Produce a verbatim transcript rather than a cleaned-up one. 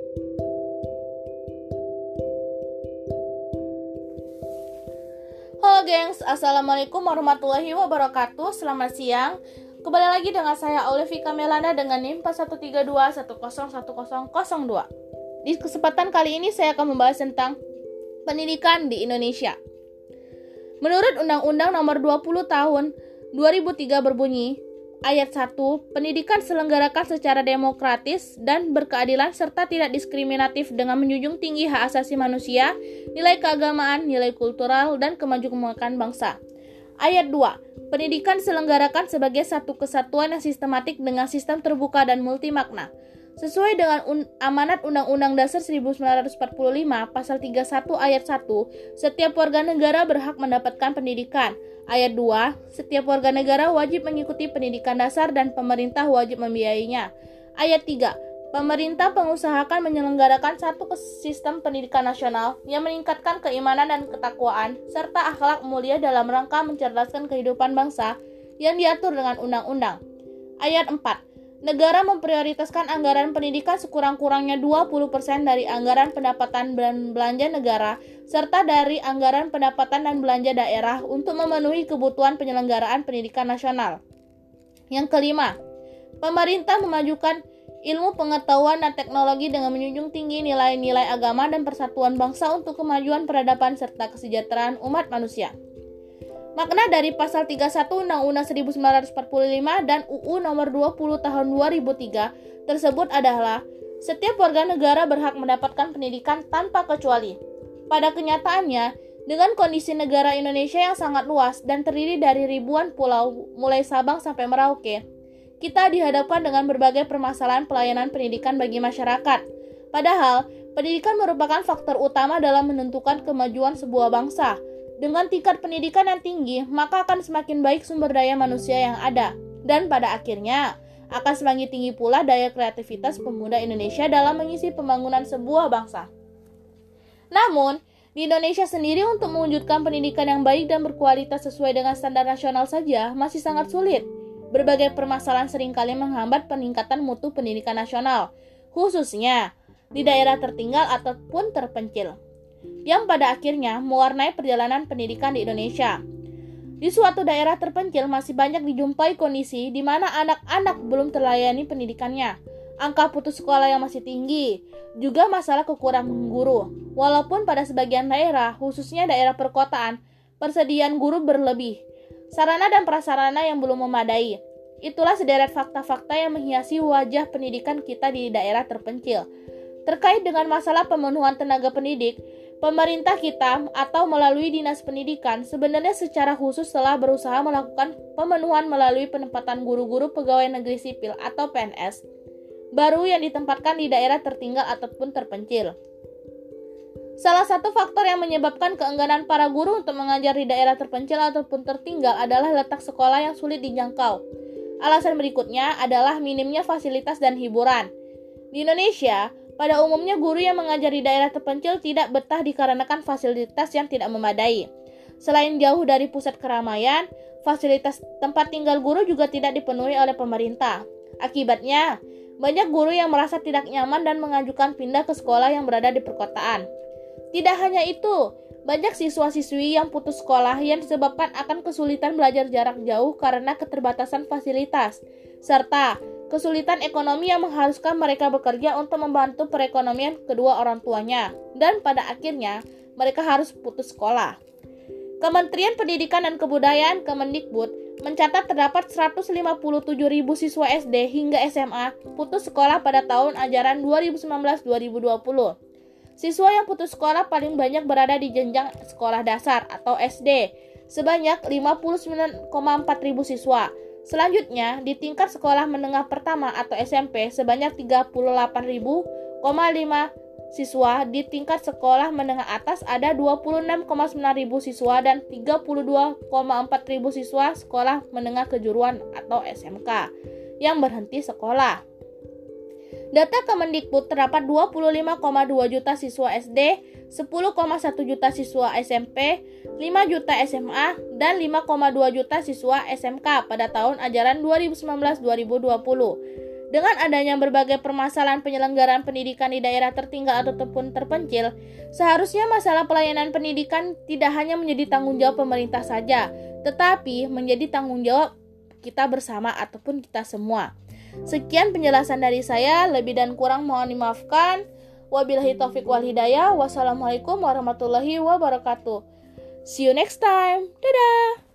Halo gengs, Assalamualaikum warahmatullahi wabarakatuh. Selamat siang. Kembali lagi dengan saya Aulifika Melanda dengan NIM empat satu tiga dua satu nol satu nol nol dua. Di kesempatan kali ini saya akan membahas tentang pendidikan di Indonesia. Menurut Undang-Undang Nomor dua puluh Tahun dua ribu tiga berbunyi, Ayat satu, pendidikan selenggarakan secara demokratis dan berkeadilan serta tidak diskriminatif dengan menjunjung tinggi hak asasi manusia, nilai keagamaan, nilai kultural, dan kemajuan bangsa. Ayat dua, pendidikan selenggarakan sebagai satu kesatuan yang sistematik dengan sistem terbuka dan multimakna. Sesuai dengan un- amanat Undang-Undang Dasar seribu sembilan ratus empat puluh lima, Pasal tiga puluh satu Ayat satu, setiap warga negara berhak mendapatkan pendidikan. Ayat dua, setiap warga negara wajib mengikuti pendidikan dasar dan pemerintah wajib membiayainya. Ayat tiga, pemerintah pengusahakan menyelenggarakan satu sistem pendidikan nasional yang meningkatkan keimanan dan ketakwaan, serta akhlak mulia dalam rangka mencerdaskan kehidupan bangsa yang diatur dengan undang-undang. Ayat empat, negara memprioritaskan anggaran pendidikan sekurang-kurangnya dua puluh persen dari anggaran pendapatan dan belanja negara, serta dari anggaran pendapatan dan belanja daerah untuk memenuhi kebutuhan penyelenggaraan pendidikan nasional. Yang kelima, pemerintah memajukan ilmu pengetahuan dan teknologi dengan menjunjung tinggi nilai-nilai agama dan persatuan bangsa untuk kemajuan peradaban serta kesejahteraan umat manusia. Makna dari Pasal tiga puluh satu Undang-Undang seribu sembilan ratus empat puluh lima dan U U Nomor dua puluh Tahun dua ribu tiga tersebut adalah setiap warga negara berhak mendapatkan pendidikan tanpa kecuali. Pada kenyataannya, dengan kondisi negara Indonesia yang sangat luas dan terdiri dari ribuan pulau mulai Sabang sampai Merauke, kita dihadapkan dengan berbagai permasalahan pelayanan pendidikan bagi masyarakat. Padahal, pendidikan merupakan faktor utama dalam menentukan kemajuan sebuah bangsa. Dengan tingkat pendidikan yang tinggi, maka akan semakin baik sumber daya manusia yang ada. Dan pada akhirnya, akan semakin tinggi pula daya kreativitas pemuda Indonesia dalam mengisi pembangunan sebuah bangsa. Namun, di Indonesia sendiri untuk mewujudkan pendidikan yang baik dan berkualitas sesuai dengan standar nasional saja masih sangat sulit. Berbagai permasalahan seringkali menghambat peningkatan mutu pendidikan nasional, khususnya di daerah tertinggal ataupun terpencil, yang pada akhirnya mewarnai perjalanan pendidikan di Indonesia. Di suatu daerah terpencil masih banyak dijumpai kondisi di mana anak-anak belum terlayani pendidikannya, angka putus sekolah yang masih tinggi, juga masalah kekurangan guru. Walaupun pada sebagian daerah, khususnya daerah perkotaan, persediaan guru berlebih, sarana dan prasarana yang belum memadai. Itulah sederet fakta-fakta yang menghiasi wajah pendidikan kita di daerah terpencil. Terkait dengan masalah pemenuhan tenaga pendidik, pemerintah kita atau melalui Dinas Pendidikan sebenarnya secara khusus telah berusaha melakukan pemenuhan melalui penempatan guru-guru pegawai negeri sipil atau P N S baru yang ditempatkan di daerah tertinggal ataupun terpencil. Salah satu faktor yang menyebabkan keengganan para guru untuk mengajar di daerah terpencil ataupun tertinggal adalah letak sekolah yang sulit dijangkau. Alasan berikutnya adalah minimnya fasilitas dan hiburan. Di Indonesia, pada umumnya guru yang mengajar di daerah terpencil tidak betah dikarenakan fasilitas yang tidak memadai. Selain jauh dari pusat keramaian, fasilitas tempat tinggal guru juga tidak dipenuhi oleh pemerintah. Akibatnya, banyak guru yang merasa tidak nyaman dan mengajukan pindah ke sekolah yang berada di perkotaan. Tidak hanya itu, banyak siswa-siswi yang putus sekolah yang disebabkan akan kesulitan belajar jarak jauh karena keterbatasan fasilitas, serta kesulitan ekonomi yang mengharuskan mereka bekerja untuk membantu perekonomian kedua orang tuanya, dan pada akhirnya mereka harus putus sekolah. Kementerian Pendidikan dan Kebudayaan Kemendikbud mencatat terdapat seratus lima puluh tujuh ribu siswa S D hingga S M A putus sekolah pada tahun ajaran dua ribu sembilan belas dua ribu dua puluh. Siswa yang putus sekolah paling banyak berada di jenjang sekolah dasar atau S D, sebanyak lima puluh sembilan koma empat ribu siswa. Selanjutnya, di tingkat sekolah menengah pertama atau S M P sebanyak tiga puluh delapan ribu lima siswa. Di tingkat sekolah menengah atas ada dua puluh enam koma sembilan ribu siswa dan tiga puluh dua koma empat ribu siswa sekolah menengah kejuruan atau S M K yang berhenti sekolah. Data Kemendikbud terdapat dua puluh lima koma dua juta siswa S D, sepuluh koma satu juta siswa S M P, lima juta S M A, dan lima koma dua juta siswa S M K pada tahun ajaran dua ribu sembilan belas dua ribu dua puluh. Dengan adanya berbagai permasalahan penyelenggaraan pendidikan di daerah tertinggal ataupun terpencil, seharusnya masalah pelayanan pendidikan tidak hanya menjadi tanggung jawab pemerintah saja, tetapi menjadi tanggung jawab kita bersama ataupun kita semua. Sekian penjelasan dari saya, lebih dan kurang mohon dimaafkan. Wabillahi taufiq wal hidayah. Wassalamualaikum warahmatullahi wabarakatuh. See you next time. Dadah.